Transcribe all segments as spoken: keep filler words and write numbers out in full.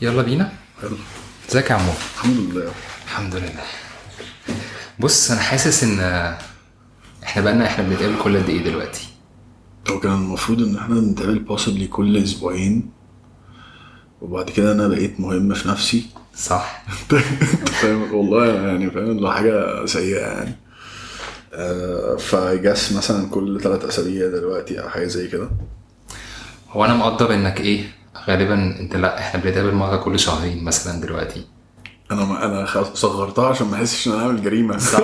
يلا بينا. حلو. ازيك يا عمو؟ الحمد لله. الحمد لله. بص انا حاسس ان احنا بقالنا احنا بنتقابل كل قد ايه دلوقتي؟ هو كان المفروض ان احنا نتقابل possibly كل اسبوعين، وبعد كده انا بقيت مهم في نفسي. صح. انت فاهم والله، يعني فاهم ده حاجه سيئه يعني. آه فجاس مثلا كل ثلاث اسابيع دلوقتي او حاجه زي كده. هو انا مقدر انك ايه غالبا انت، لا احنا بنتقابل مره كل شهرين مثلا دلوقتي. انا ما انا خلاص صغرتها عشان ما احسش ان انا عامل جريمه. صح.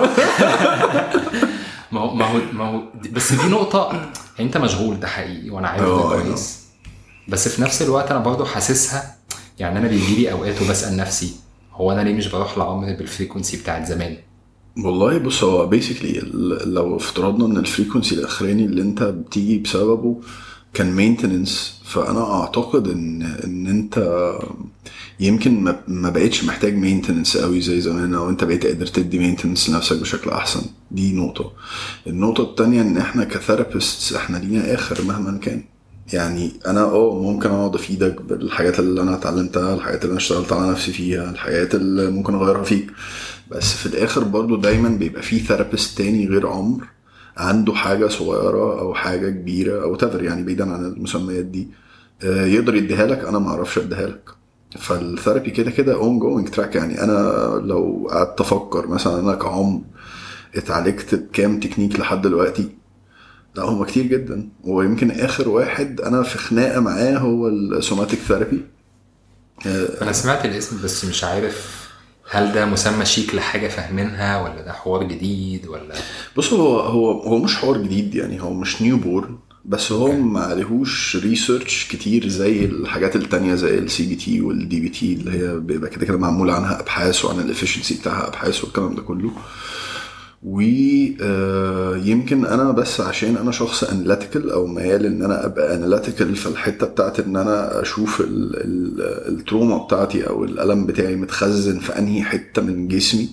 ما هو ما هو ما هو بس دي نقطه، انت مشغول ده حقيقي وانا عارف ده اه، كويس، بس في نفس الوقت انا برضو حاسسها. يعني انا بيجيلي اوقات وبسال نفسي هو انا ليه مش بروح لعمر بالفريكونسي بتاعت زمان. والله بص، هو بيسكلي لو افترضنا ان الفريكونسي الاخراني اللي انت بتيجي بسببه كان مينتننس، فانا اعتقد ان ان انت يمكن ما- ما بقيتش محتاج مينتننس قوي زي زمان، او انت بقيت قادر تدي مينتننس لنفسك بشكل احسن. دي نقطة. النقطة التانية ان احنا كثيرابيست احنا لينا اخر مهما كان. يعني انا اه ممكن اقعد افيدك بالحاجات اللي انا اتعلمتها، الحاجات اللي انا اشتغلت على نفسي فيها، الحاجات اللي ممكن اغيرها فيك، بس في الاخر برضو دايما بيبقى فيه ثيرابيست تاني غير عمر عنده حاجة صغيرة او حاجة كبيرة او تفر، يعني بعيدا عن المسميات دي، آه، يقدر يديها لك انا ما اعرفش اديها لك. فالثيرابي كده كده اون جوينج تراك. يعني انا لو قعدت افكر مثلا انا كعمر اتعالجت بكام تكنيك لحد دلوقتي، لا هم كتير جدا. ويمكن اخر واحد انا في خناقه معاه هو السوماتيك ثيرابي. انا سمعت الاسم بس مش عارف هل ده مسمى شيك لحاجه فاهمينها ولا ده حوار جديد ولا. بص، هو هو هو مش حوار جديد، يعني هو مش نيو بورن، بس هو اوكي. ما عليهوش ريسيرش كتير زي الحاجات التانية زي السي بي تي والدي بي تي اللي هي بيبقى كده كده معمول عنها ابحاث وعن الافشنسي بتاعها ابحاث والكلام ده كله. ويمكن انا بس عشان انا شخص اناليتيكال او ميال ان انا ابقى اناليتيكال في الحته بتاعت ان انا اشوف ال- ال- التروما بتاعتي او الالم بتاعي متخزن في انهي حته من جسمي.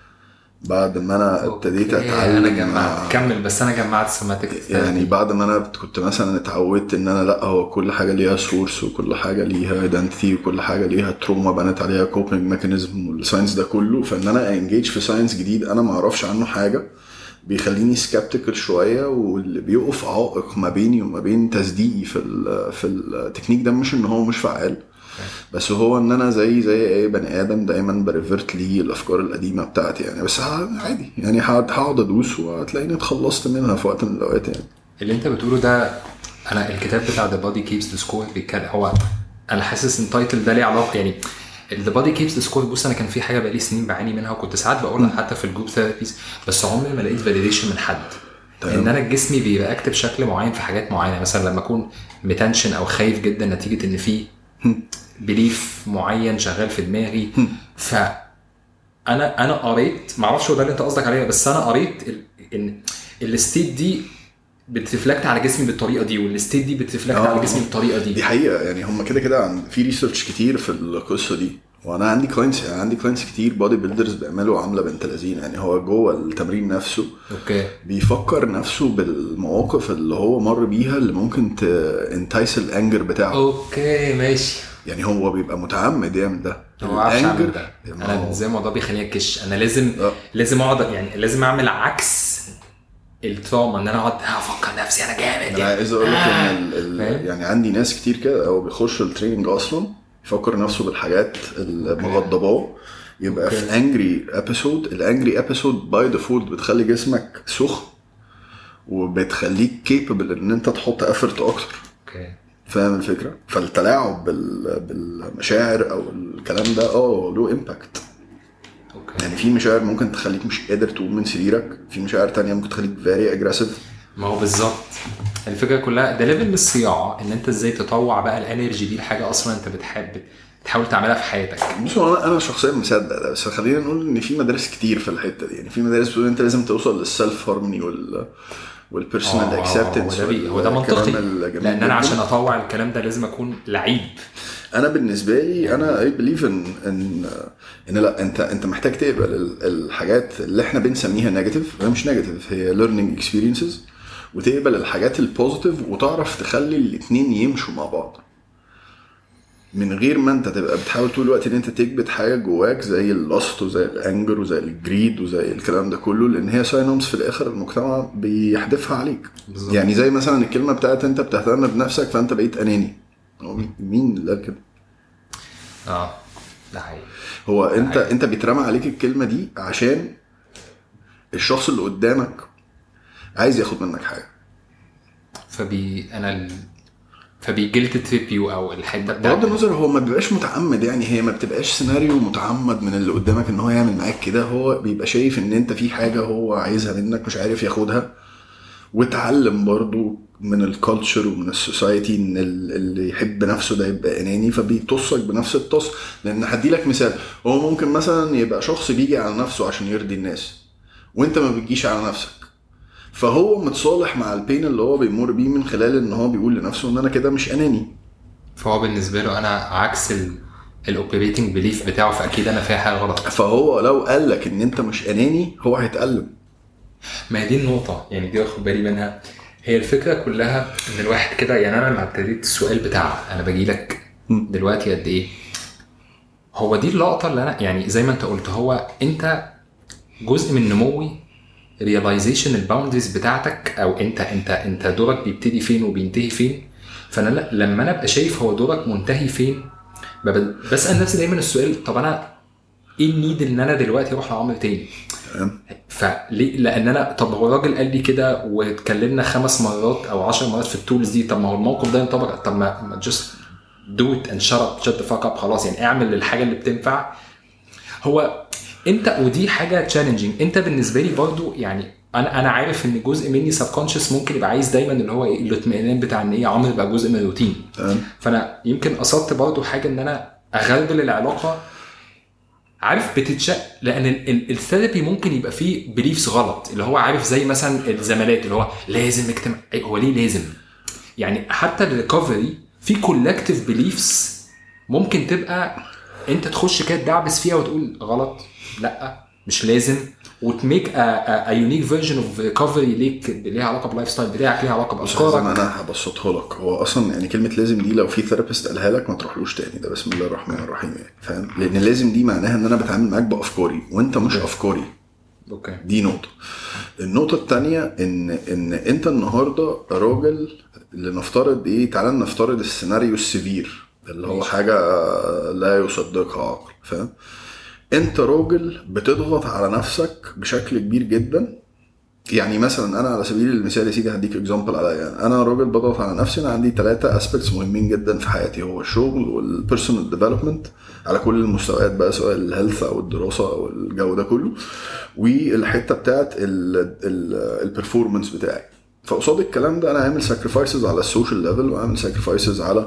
بعد ما انا ابتديت اوكي انا اتعلم جمعت مع كمل، بس انا جمعت سوماتيك يعني ثيرابي. بعد ما انا كنت مثلا اتعودت ان انا لا، هو كل حاجه ليها سورس وكل حاجه ليها ايدنتيتي وكل حاجه ليها تروما بنت عليها كوبينج ميكانيزم والساينس ده كله، فان انا انجيج في ساينس جديد انا ما اعرفش عنه حاجه بيخليني سكابتيكال شويه. واللي بيوقف عائق ما بيني وما بين تصديقي في ال في التكنيك ده مش ان هو مش فعال، بس هو ان انا زي زي اي بني ادم دايما بريفرت لي الافكار القديمه بتاعتي يعني. بس عادي يعني، هقعد هقعد ادوس وهتلاقيني اتخلصت منها في وقت من الاوقات يعني. اللي انت بتقوله ده، انا الكتاب بتاع The Body Keeps the Score بيتكلم، هو انا حاسس ان التايتل ده ليه علاقه يعني The Body Keeps the Score. بص انا كان في حاجه بقالي سنين بعاني منها وكنت ساعات بقولها حتى في الجروب ثيرابيز، بس عمري ما لقيت فاليديشن من حد تمام. ان انا جسمي بيبقى اكتب شكل معين في حاجات معينه. مثلا لما اكون متنشن او خايف جدا نتيجه ان في بليف معين شغال في دماغي، ف انا انا قريت، معرفش هو ده اللي انت قصدك عليه، بس انا قريت ال- ان الستيت دي بترفلكت على جسمي بالطريقه دي والستيت دي بترفلكت آه. على جسمي بالطريقه دي. دي حقيقه يعني، هم كده كده عن- في ريسيرش كتير في القصه دي. وانا عندي كلاينتس يعني عندي كلاينتس كتير بودي بيلدرز بيعملوا عامله بنت لذين. يعني هو جوه التمرين نفسه اوكي بيفكر نفسه بالمواقف اللي هو مر بيها اللي ممكن تنتايس الانجر بتاعه. اوكي ماشي. يعني هو بيبقى متعمد يعمل ده. هو عارفش اعمل الانجر ده، ما انا هو- زي ما الموضوع بيخليني اكش، انا لازم آه. لازم اقعد يعني لازم اعمل عكس التراما، ان انا اقعد افكر نفسي انا جامد. انا عايز اقول لك ان ال فاهم؟ ال يعني عندي ناس كتير كده او بيخشوا التريننج اصلا يفكر نفسه بالحاجات المغضباه، يبقى أوكي. في انجري ابيسود. الانجري ابيسود باي ديفولت بتخلي جسمك سخن وبتخليك كيبل ان انت تحط افرت اكتر. اوكي فاهم الفكره؟ فالتلاعب بال بالمشاعر او الكلام ده اه له امباكت. اوكي. يعني في مشاعر ممكن تخليك مش قادر تقوم من سريرك، في مشاعر تانية ممكن تخليك فيري اجريسيف. ما هو بالظبط الفكره كلها ده ليفل من الصياعه، ان انت ازاي تطوع بقى الانرجي دي لحاجه اصلا انت بتحب تحاول تعملها في حياتك. بص، هو انا انا شخصيا مصدق ده، بس خلينا نقول ان في مدارس كتير في الحته دي. يعني في مدارس بتقول انت لازم توصل للسيلف هارموني وال والبيرسونال آه، اكسبتنس. هو ده بي- هو ده منطقي، لان انا عشان اطوع الكلام ده لازم اكون لعيب. انا بالنسبه لي انا اي بليف ان ان ان لا، انت انت محتاج تقبل ال- الحاجات اللي احنا بنسميها نيجاتيف، هي مش نيجاتيف، هي ليرنينج اكسبيرينسز، وتقبل الحاجات البوزيتيف وتعرف تخلي الاثنين يمشوا مع بعض. من غير ما انت تبقى بتحاول طول الوقت ان انت تكبت حاجه جواك زي اللاست وزي الانجر وزي الجريد وزي الكلام ده كله, لان هي ساينومز في الاخر المجتمع بيحدفها عليك بالزبط. يعني زي مثلا الكلمه بتاعت انت بتهتم بنفسك فانت بقيت اناني, مين اللي قال كده؟ اه ده حقيقي. هو ده انت حقيقي. انت بيترمى عليك الكلمه دي عشان الشخص اللي قدامك عايز ياخد منك حاجه, فبي انا ال... فبيجلت تريبيو او الحته بغض النظر هو ما بيبقاش متعمد, يعني هي ما بتبقاش سيناريو متعمد من اللي قدامك ان هو يعمل معاك كده, هو بيبقى شايف ان انت في حاجه هو عايزها منك مش عارف ياخدها. وتعلم برضو من الكالتشر ومن السوسايتي ان اللي يحب نفسه ده يبقى اناني, فبيتصك بنفس التص. لان هدي لك مثال, هو ممكن مثلا يبقى شخص بيجي على نفسه عشان يرضي الناس وانت ما بتجيش على نفسك, فهو متصالح مع البين اللي هو بيمر بيه من خلال ان هو بيقول لنفسه ان انا كده مش اناني. فهو بالنسبه له انا عكس الاوبريتنج بليف بتاعه, فاكيد انا فيها حاجه غلط. فهو لو قال لك ان انت مش اناني هو هيتألم. ما دي النقطه يعني دي اخد بالي منها. هي الفكره كلها ان الواحد كده, يعني انا لما ابتديت السؤال بتاع انا باجي لك دلوقتي قد ايه, هو دي اللقطه اللي انا يعني زي ما انت قلت, هو انت جزء من نموي realization الباوندريز بتاعتك, او انت انت انت دورك بيبتدي فين وبينتهي فين. فانا لما انا ابقى شايف هو دورك منتهي فين, بسأل نفسي دايما السؤال, طب انا ايه النيد ان انا دلوقتي اروح لعمر تاني؟ فليه؟ لان انا طب هو الراجل قال لي كده واتكلمنا خمس مرات او عشر مرات في التولز دي, طب ما هو الموقف ده ينطبق, طب ما just do it and shut up shut the fuck up خلاص, يعني اعمل الحاجه اللي بتنفع. هو انت ودي حاجه تشالنجينج. انت بالنسبه لي برضو يعني انا انا عارف ان جزء مني سبكونشس ممكن يبقى عايز دايما اللي هو ايه الاطمئنان بتاع ان ايه عمر يبقى جزء من الروتين. فانا يمكن قصدت برضو حاجه ان انا اغلبل العلاقه, عارف بتتشق, لان الثيرابي ممكن يبقى فيه بليفز غلط, اللي هو عارف زي مثلا الزمالات اللي هو لازم اجتماع, هو ليه لازم؟ يعني حتى الريكفري في كولكتيف بليفز ممكن تبقى انت تخش كده تدعبس فيها وتقول غلط, لا مش لازم, وتميك ا يونيك فيرجن اوف ريكفري ليك ليها علاقه باللايف ستايل بتاعك, ليها علاقه بافكارك. انا هبسطها لك, هو اصلا يعني كلمه لازم دي لو في ثيرابيست قالها لك ما تروحلوش تاني, ده بسم الله الرحمن الرحيم يعني, فاهم؟ لان لازم دي معناها ان انا بتعامل معاك بافكاري وانت مش okay. افكاري. اوكي, دي نقطه. النقطه الثانيه ان ان انت النهارده راجل, اللي نفترض ايه, تعالى نفترض السيناريو السيفير اللي هو حاجه لا يصدقها عقل, فاهم؟ انت راجل بتضغط على نفسك بشكل كبير جدا. يعني مثلا انا على سبيل المثال يا سيدي هديك اكزامبل عليا, يعني انا راجل بضغط على نفسي, انا عندي ثلاثه اسبيكتس مهمين جدا في حياتي, هو الشغل والبيرسونال ديفلوبمنت على كل المستويات بقى, سواء الهيلث او الدراسه او الجو ده كله, والحته بتاعت البرفورمانس بتاعي. فقصاد الكلام ده انا عامل ساكريفايسز على السوشيال ليفل, وعامل ساكريفايسز على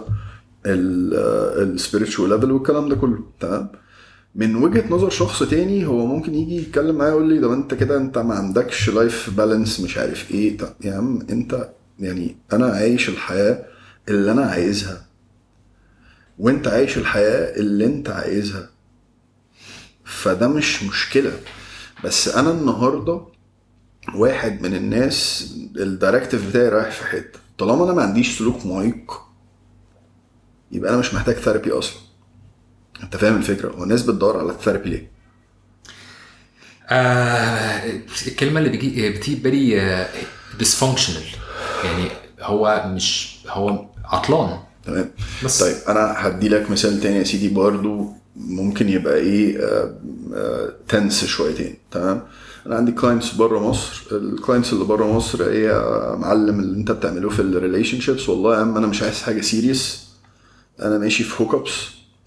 السبيريتشوال ليفل والكلام ده كله, تمام؟ من وجهة نظر شخص تاني هو ممكن يجي يتكلم معايا يقول لي ده انت كده انت ما عندكش لايف بالانس مش عارف ايه. طب يا عم انت يعني انا عايش الحياة اللي انا عايزها وانت عايش الحياة اللي انت عايزها, فده مش مشكلة. بس انا النهاردة واحد من الناس الدايركتيف بتاعي رايح في حتة, طالما انا ما عنديش سلوك معيق يبقى انا مش محتاج ثيرابي اصلا. انت فاهم الفكره؟ والناس بتدور على الثيرابي ليه؟ آه الكلمه اللي بيجي بتيجي بالي آه ديسفانكشنال, يعني هو مش هو عطلان. تمام. طيب انا هدي لك مثال تاني يا سيدي برضو ممكن يبقى ايه آه آه تنس شويتين. تمام. انا عندي كلاينتس بره مصر, الكلاينتس اللي بره مصر ايه يا معلم اللي انت بتعمله في الريليشن شيبس؟ والله يا عم انا مش عايز حاجه سيريس, انا ماشي في هوك ابس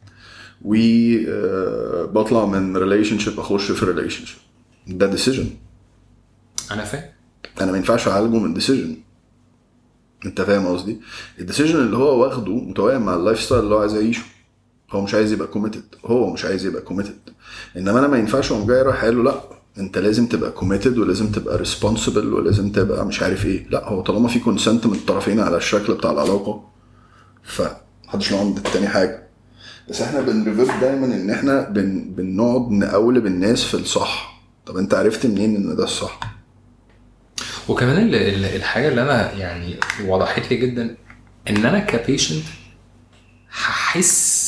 وبطلع من ريليشن شيب اخش في ريليشن شيب. ده ديسيجن, انا فاهم, انا ما ينفعش اعالجه من ديسيجن. انت فاهم قصدي؟ الديسيجن اللي هو واخده متوائم مع اللايف ستايل اللي هو عايز يعيشه, هو مش عايز يبقى كوميتد, هو مش عايز يبقى كوميتد. انما انا ما ينفعش اقوم جاي رايح قال له لا انت لازم تبقى كوميتد ولازم تبقى ريسبونسبل ولازم تبقى مش عارف ايه. لا, هو طالما في كونسنت من الطرفين على الشكل بتاع العلاقه فمحدش له عند التاني حاجه. بس احنا بنريفيرت دايما ان احنا بن بنقعد نقولب الناس في الصح. طب انت عرفت منين ان ده الصح؟ وكمان الحاجه اللي انا يعني وضحت لي جدا ان انا كبيشنت هحس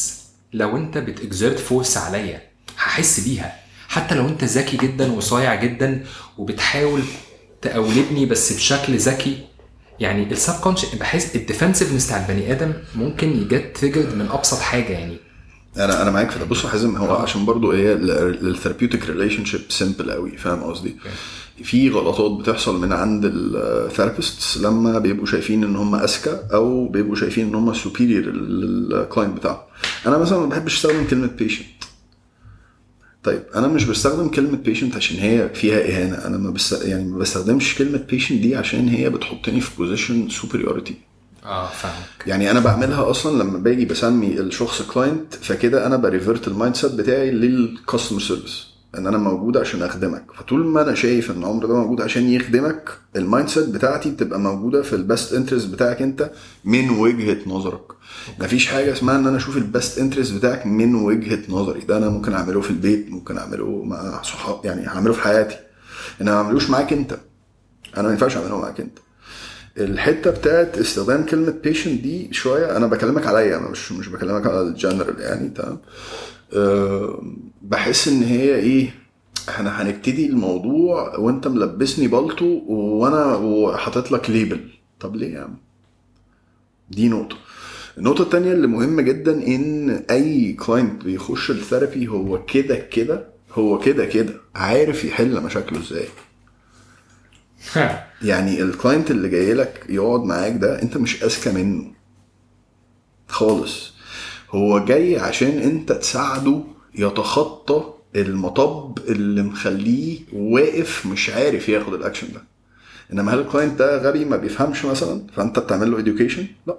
لو انت بتexert فورس عليا هحس بيها، حتى لو انت ذكي جدا وصايع جدا وبتحاول تقولبني بس بشكل ذكي. يعني السبكونشس بحس الديفنسيفنس بتاع البني ادم ممكن يجت تريجرد من ابسط حاجه. يعني انا انا معاك في ده. بص يا حازم، هو عشان برضو ايه الثيرابيوتيك ريليشن شيب سيمبل قوي، فاهم قصدي؟ في غلطات بتحصل من عند الثيرابيستس لما بيبقوا شايفين ان هم اذكى او بيبقوا شايفين ان هم سوبيريور للكلاينت بتاعهم. انا مثلا ما بحبش استخدم كلمه بيشنت. طيب انا مش بستخدم كلمه بيشنت عشان هي فيها اهانه. انا ما بس يعني ما بستخدمش كلمه بيشنت دي عشان هي بتحطني في بوزيشن سوبريوريتي. اه فاهمك. يعني انا بعملها اصلا لما باجي بسمي الشخص كلاينت، فكده انا بريفيرت المايند سيت بتاعي للكاستمر سيرفيس، ان انا موجود عشان اخدمك. فطول ما انا شايف ان عمر ده موجود عشان يخدمك، المايند سيت بتاعتي بتبقى موجوده في البست انترست بتاعك انت من وجهه نظرك. مفيش حاجه اسمها ان انا اشوف البست انترست بتاعك من وجهه نظري. ده انا ممكن اعمله في البيت، ممكن اعمله مع صحاب، يعني هعمله في حياتي، انا ما اعملوش معاك انت. انا ما ينفعش اعمله معاك انت. الحته بتاعت استخدام كلمه patient دي شويه انا بكلمك عليا، انا مش مش بكلمك على الجنرال يعني. تمام. أه بحس ان هي ايه، احنا هنبتدي الموضوع وانت ملبسني بالطو وانا وحاطط لك ليبل. طب ليه يا عم؟ دي نقطه. النقطه الثانيه اللي مهمه جدا، ان اي كلاينت بيخش الثيرابي هو كده كده هو كده كده عارف يحل مشاكله ازاي. يعني الكلاينت اللي جاي لك يقعد معاك ده انت مش اذكى منه خالص. هو جاي عشان انت تساعده يتخطى المطب اللي مخليه واقف مش عارف ياخد الاكشن ده. انما هل الكلاينت ده غبي ما بيفهمش مثلا فانت بتعمل له education؟ لا،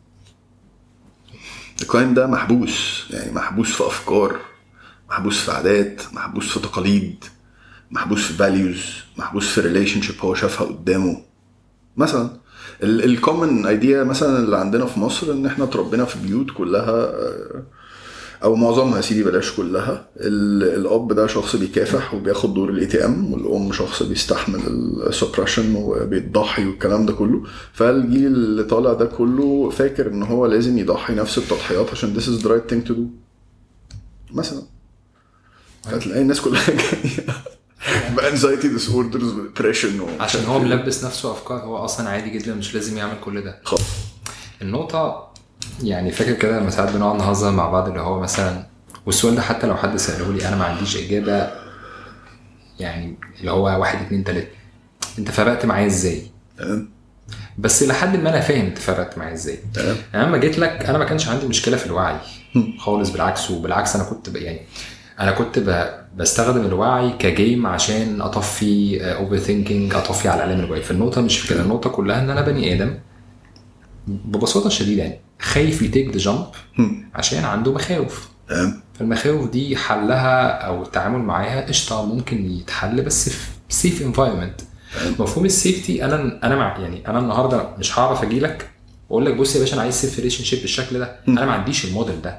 الكلاينت ده محبوس، يعني محبوس في افكار، محبوس في عادات، محبوس في تقاليد، محبوس في values، محبوس في relationship هو شافها قدامه. مثلا الكومن ايديا مثلا اللي عندنا في مصر ان احنا تربينا في بيوت كلها او معظمها يا سيدي بلاش كلها، الاب ده شخص بيكافح وبياخد دور الاي تي ام، والام شخص بيستحمل السبريشن وبيضحي والكلام ده كله. فالجيل اللي طالع ده كله فاكر ان هو لازم يضحي نفس التضحيات عشان this is the right thing to do مثلا. فتلاقي الناس كلها جايه بانزايتي ديس اوردرز وديبريشن عشان هو ملبس نفسه افكار هو اصلا عادي جدا مش لازم يعمل كل ده خالص. النقطه يعني فاكر كده لما ساعات بنقعد نهزر مع بعض اللي هو مثلا، والسؤال ده حتى لو حد سأله لي انا ما عنديش اجابه، يعني اللي هو واحد اتنين تلاته انت فرقت معايا ازاي؟ تمام. بس لحد ما انا فاهم انت فرقت معايا ازاي. تمام. يعني لما جيت لك انا ما كانش عندي مشكله في الوعي خالص، بالعكس. وبالعكس انا كنت يعني انا كنت بستخدم الوعي كجيم عشان اطفي اوفر ثينكينج، اطفي على الالم الوعي. فالنقطه مش في كده، النقطه كلها ان انا بني ادم ببساطه شديده يعني خايف يتيك ذا جامب عشان عنده مخاوف. فالمخاوف دي حلها او التعامل معاها قشطه ممكن يتحل بس في سيف انفايرمنت. مفهوم السيفتي انا انا مع يعني انا النهارده مش هعرف اجي لك واقول لك بص يا باشا انا عايز سيف ريليشن شيب بالشكل ده، انا ما عنديش الموديل ده.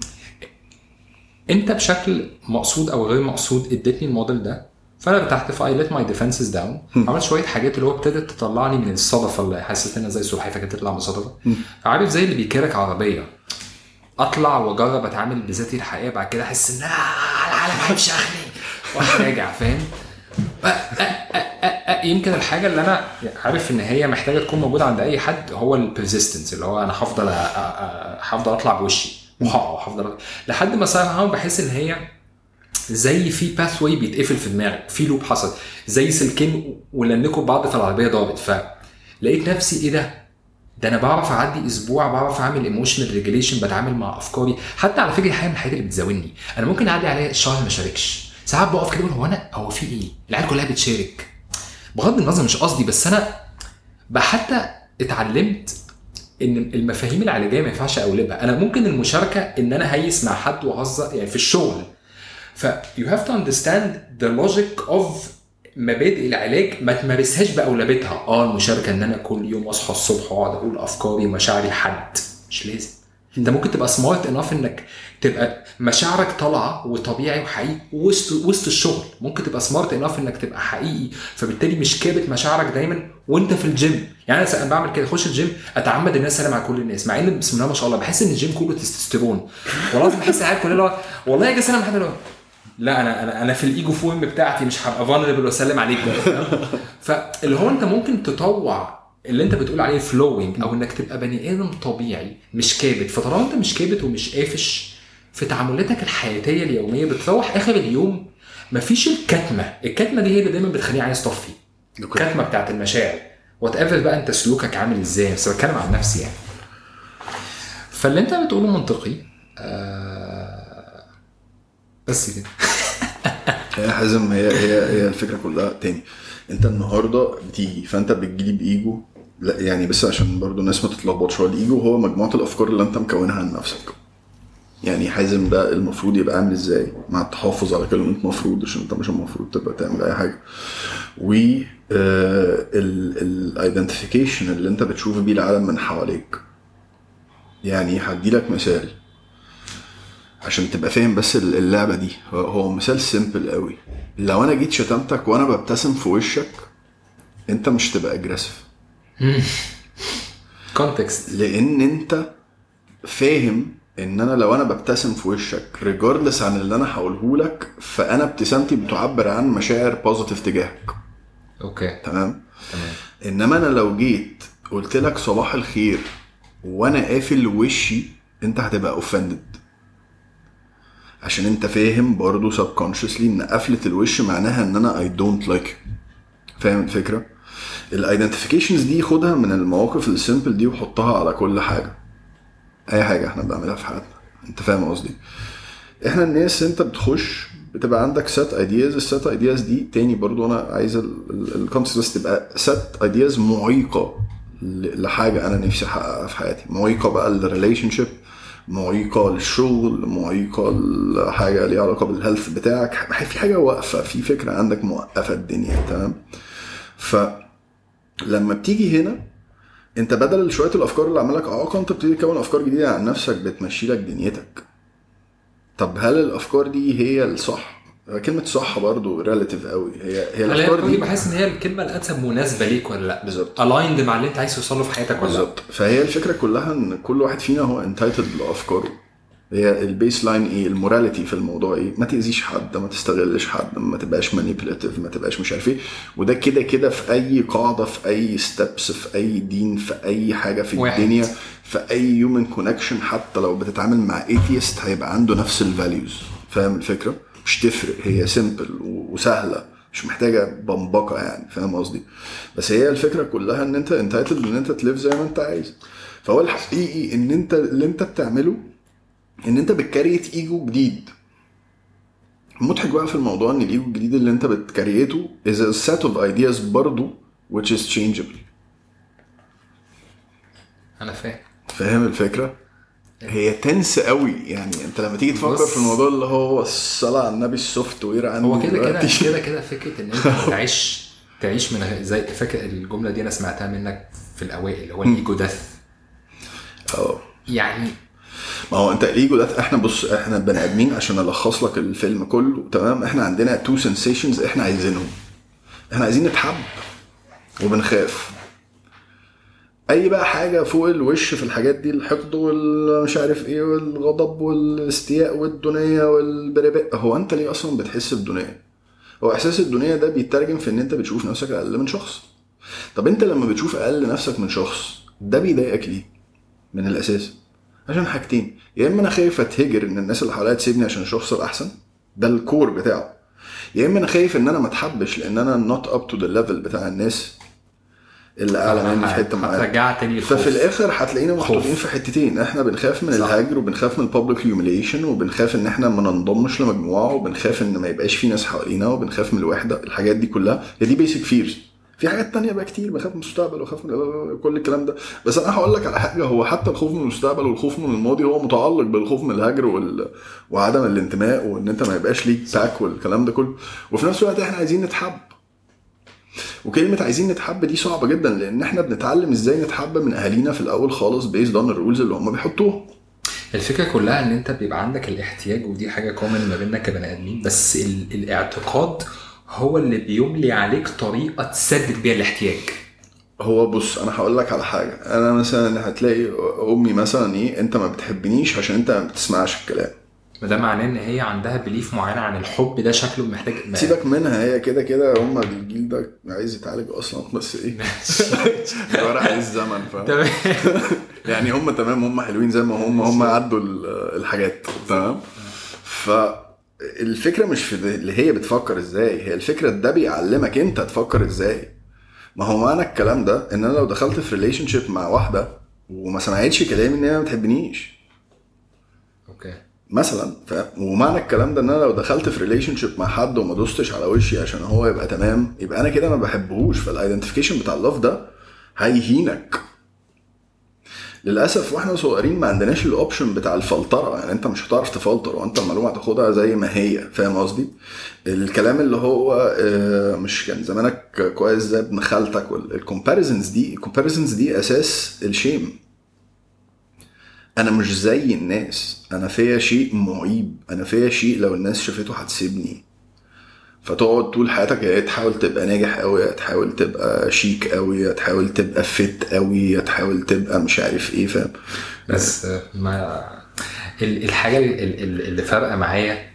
انت بشكل مقصود او غير مقصود اديتني الموديل ده، فانا تحت في اي ليت ماي ديفنسز داون، عملت شويه حاجات اللي هو ابتدت تطلعني من الصدفه اللي حسيت انها زي السلحفاه كانت تطلع من الصدفه. عارف زي اللي بيكرك عربيه، اطلع واجرب اتعامل بذاتي الحقيقه، بعد كده احس ان العالم هيفشخني وراجع فاهم. يمكن الحاجه اللي انا عارف ان هي محتاجه تكون موجوده عند اي حد هو البرزيستنس، اللي هو انا هفضل هفضل اطلع بوشي وهفضل لحد ما صار. بحس ان هي زي في باثوي بيتقفل في دماغك، في لوب حصل زي سلكين ولنكوا بعض في العربيه ضابط. فلقيت نفسي ايه ده ده انا بعرف اعدي اسبوع، بعرف اعمل ايموشنال ريجوليشن، بتعامل مع افكاري. حتى على فكره حاجه من الحاجات اللي بتزاولني، انا ممكن اعدي عليها الشهر ما شاركش، ساعات بقف كده هو انا هو في ايه العيال كلها بتشارك، بغض النظر مش قصدي، بس انا حتى اتعلمت ان المفاهيم العلاجيه ما ينفعش اقولبها. انا ممكن المشاركه ان انا هيس مع حد وهزر يعني في الشغل، ف you have to understand the logic of مبادئ العلاج، ما تمارسهاش باولويتها. اه المشاركه ان انا كل يوم اصحى الصبح واقعد اقول افكاري ومشاعري لحد، مش لازم. انت ممكن تبقى سمارت انف انك تبقى مشاعرك طالعه وطبيعي وحقيقي وسط وسط الشغل. ممكن تبقى سمارت انف انك تبقى حقيقي، فبالتالي مش كابت مشاعرك دايما وانت في الجيم. يعني انا بعمل كده، اخش الجيم اتعمد الناس سلام على كل الناس، مع ان بسم الله ما شاء الله بحس ان الجيم كله تستوستيرون، والله بحس قاعد كلنا والله يا سلام حد لا انا انا انا في الايجو فورم بتاعتي مش هبقى فانربل واسلم عليك. فاللي هو انت ممكن تطوع اللي انت بتقول عليه فلوينج، او انك تبقى بني ادم طبيعي مش كابت. فطالما انت مش كابت ومش قافش في تعاملاتك الحياتيه اليوميه، بتروح اخر اليوم مفيش الكتمه. الكتمه دي هي اللي دايما بتخليني عايز طفي، الكتمه بتاعت المشاعر. وات ايفر بقى انت سلوكك عامل ازاي، بس بتكلم عن نفسي يعني. فاللي انت بتقوله منطقي آه بس كده. هي حازم، هي هي هي الفكره كلها تاني. انت النهارده بتيجي فانت بتجيلي بايجو، لا يعني بس عشان برضو الناس ما تتلخبطش، هو الايجو هو مجموعه الافكار اللي انت مكونها عن نفسك. يعني حازم ده المفروض يبقى عامل ازاي، مع التحفظ على كلمه مفروض عشان انت مش المفروض تبقى تعمل اي حاجه. و الايدنتيفيكيشن اللي انت بتشوف بيه العالم من حواليك. يعني هديلك مثال عشان تبقى فاهم بس اللعبه دي. هو مثال سيمبل قوي. لو انا جيت شتمتك وانا ببتسم في وشك، انت مش تبقى اجريسيف كونتكست، لان انت فاهم ان انا لو انا ببتسم في وشك ريجاردلس عن اللي انا هقوله لك، فانا ابتسامتي بتعبر عن مشاعر بوزيتيف تجاهك. اوكي تمام تمام. انما انا لو جيت قلت لك صباح الخير وانا قافل وشي، انت هتبقى اوفندد، عشان انت فاهم برضو subconsciously ان قفلة الوش معناها ان انا I don't like you. فاهم الفكرة؟ الايدنتيفيكيشنز دي خدها من المواقف السيمبل دي وحطها على كل حاجة، اي حاجة احنا بنعملها في حياتنا. انت فاهم قصدي؟ احنا الناس انت بتخش بتبقى عندك set ideas. السات ideas دي تاني برضو انا عايز الكونسبت بس تبقى set ideas معيقة لحاجة انا نفسي احققها في حياتي. معيقة بقى الريليشن شيب، معيقة للشغل، معيقة لحاجة ليها علاقة بالهيلث بتاعك، في حاجة واقفة، في فكرة عندك موقفة الدنيا. تمام. فلما بتيجي هنا انت بدل شوية الافكار اللي عملك عواقة، انت بتبتدي تكون افكار جديدة عن نفسك بتمشي لك دنيتك. طب هل الافكار دي هي الصح؟ كلمة صح برضو ريلاتيف قوي. هي هي الافكار دي بحس ان هي الكلمة الانسب مناسبة ليك ولا لا؟ بالظبط. الايند مع اللي انت عايز توصله في حياتك ولا لا؟ بالظبط. فهي الفكرة كلها ان كل واحد فينا هو انتايتد لافكاره. هي البيس لاين ايه، الموراليتي في الموضوع ايه، ما تأذيش حد، ما تستغلش حد، ما تبقاش مانيبيوليتيف، ما تبقاش مش عارف ايه. وده كده كده في اي قاعده، في اي ستيبس، في اي دين، في اي حاجه في واحد. الدنيا، في اي هيومن كونكشن. حتى لو بتتعامل مع ايثيست هيبقى عنده نفس الفاليوز. فاهم الفكره؟ مش تفرق، هي سيمبل وسهله، مش محتاجه بمبكه يعني. فاهم قصدي؟ بس هي الفكره كلها ان انت انتايتد ان انت تليف زي ما انت عايز. فهو الحقيقي ان انت اللي انت بتعمله ان انت بتكريت ايجو جديد. المضحك بقى في الموضوع ان الايجو الجديد اللي انت بتكريته is a set of ideas برضو which is changeable. انا فاهم فاهم الفكرة؟ هي تنس قوي يعني. انت لما تيجي تفكر في الموضوع اللي هو الصلاة على النبي السوفت وير عنده، هو كده كده كده كده فكرة ان انت تعيش تعيش من غير زي فاكر الجملة دي انا سمعتها منك في الاوائل اللي هو الايجو ديث. اه يعني ما هو انت الايجو ده، احنا بص احنا بني ادمين عشان الخص لك الفيلم كله. تمام. احنا عندنا تو سنسيشنز احنا عايزينهم. احنا عايزين نتحب وبنخاف. اي بقى حاجه فوق الوش في الحاجات دي، الحقد والمش عارف ايه والغضب والاستياء والدنيا والبرباء. هو انت ليه اصلا بتحس بالدنيا؟ هو احساس الدنيا ده بيترجم في ان انت بتشوف نفسك اقل من شخص. طب انت لما بتشوف اقل نفسك من شخص ده بيضايقك ليه من الاساس؟ عشان حاجتين. يا اما انا خايف اتهجر ان الناس اللي حواليا تسيبني عشان الشخص الاحسن، ده الكور بتاعه. يا اما انا خايف ان انا ما اتحبش لان انا not up to the level بتاع الناس اللي اعلى مني في حته معينه. ففي الاخر هتلاقينا محطوطين في حتتين. احنا بنخاف من صح. الهجر، وبنخاف من البابليك هيوميليشن، وبنخاف ان احنا ما ننضمش لمجموعه، وبنخاف ان ما يبقاش في ناس حوالينا، وبنخاف من الوحده. الحاجات دي كلها هي دي بيسك فيرز. في حاجات تانية بقى كتير، بخاف من المستقبل وخاف من كل الكلام ده. بس انا هقول لك على حاجه، هو حتى الخوف من المستقبل والخوف من الماضي هو متعلق بالخوف من الهجر وال... وعدم الانتماء، وان انت ما يبقاش ليك باك والكلام ده كله. وفي نفس الوقت احنا عايزين نتحب. وكلمه عايزين نتحب دي صعبه جدا، لان احنا بنتعلم ازاي نتحب من اهالينا في الاول خالص بيزد اون الرولز اللي هم بيحطوها. الفكره كلها ان انت بيبقى عندك الاحتياج، ودي حاجه كومن ما بيننا كبني ادمين، بس ال... الاعتقاد هو اللي بيملي عليك طريقه تسدد بيها الاحتياج. هو بص انا هقول لك على حاجه، انا مثلا هتلاقي امي مثلا ايه، انت ما بتحبنيش عشان انت ما بتسمعش الكلام. ده معناه ان هي عندها بليف معينه عن الحب، ده شكله محتاج ما... سيبك منها، هي كده كده هم الجيل ده عايز يتعالج اصلا، بس ايه ورا عايز زمن فاهم. يعني هم تمام، هم حلوين زي ما هم هم عدوا الحاجات تمام. فالفكره مش في اللي هي بتفكر ازاي، هي الفكره ده بيعلمك انت تفكر ازاي. ما هو معنى الكلام ده ان انا لو دخلت في ريليشن شيب مع واحده وما سمعتش كلامي ان هي ما بتحبنيش اوكي مثلا ف... ومعنى الكلام ده ان انا لو دخلت في ريليشن شيب مع حد وما دوستش على وشي عشان هو يبقى تمام، يبقى انا كده ما بحبهوش. فالايدنتيفيكيشن بتاع اللوف ده هيهينك للاسف. واحنا صغيرين ما عندناش الاوبشن بتاع الفلتره، يعني انت مش هتعرف تفلتر وانت المعلومه هتاخدها زي ما هي، فاهم قصدي؟ الكلام اللي هو مش كان زمانك كويس زي ابن خالتك، والكومباريزنز دي الكومباريزنز دي اساس الشيم. انا مش زي الناس، انا فيا شيء معيب، انا فيا شيء لو الناس شافته هتسيبني. فتقعد طول حياتك يا تحاول تبقى ناجح قوي، يا تحاول تبقى شيك قوي، يا تحاول تبقى فيت قوي، يا تحاول تبقى مش عارف ايه فاهم. بس ما الحاجه اللي فارقه معايا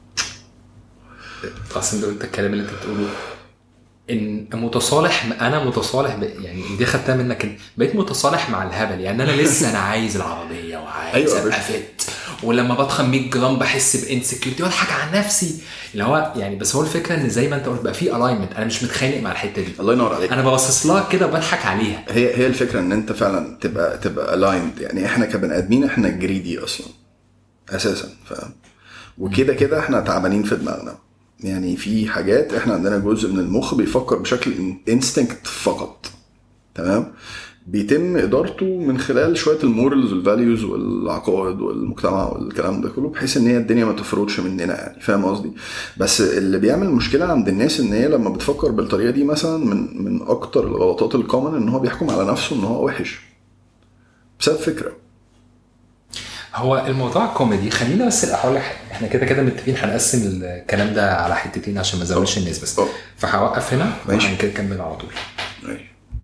اصلا انت الكلام اللي انت بتقوله ان متصالح، انا متصالح ب... يعني دي خدتها منك، بقيت متصالح مع الهبل. يعني انا لسه انا عايز العربيه وعايز أيوة ابقى فت، ولما بضخم مية جرام بحس بانسكيورتي واضحك على نفسي اللي هو يعني. بس هو الفكره ان زي ما انت قلت بقى في الاينمنت، انا مش متخانق مع الحته دي. الله ينور عليك. انا ببصص لها كده وبضحك عليها. هي هي الفكره ان انت فعلا تبقى تبقى الايند. يعني احنا كبني ادمين احنا جريدي اصلا اساسا فاهم، وكده كده احنا تعبانين في دماغنا. يعني في حاجات احنا عندنا جزء من المخ بيفكر بشكل انستنكت فقط تمام، بيتم ادارته من خلال شويه المورالز والفاليوز والعقائد والمجتمع والكلام ده كله، بحيث ان هي الدنيا ما تفرطش مننا يعني فاهم قصدي. بس اللي بيعمل مشكله عند الناس ان هي لما بتفكر بالطريقه دي مثلا، من من اكتر الغلطات الكومن ان هو بيحكم على نفسه ان هو وحش بسبب فكره. هو الموضوع كوميدي. خلينا بس الاول احنا كده كده متفقين هنقسم الكلام ده على حتتين عشان ما نزودش الناس بس، فهوقف هنا وهنكمل على طول.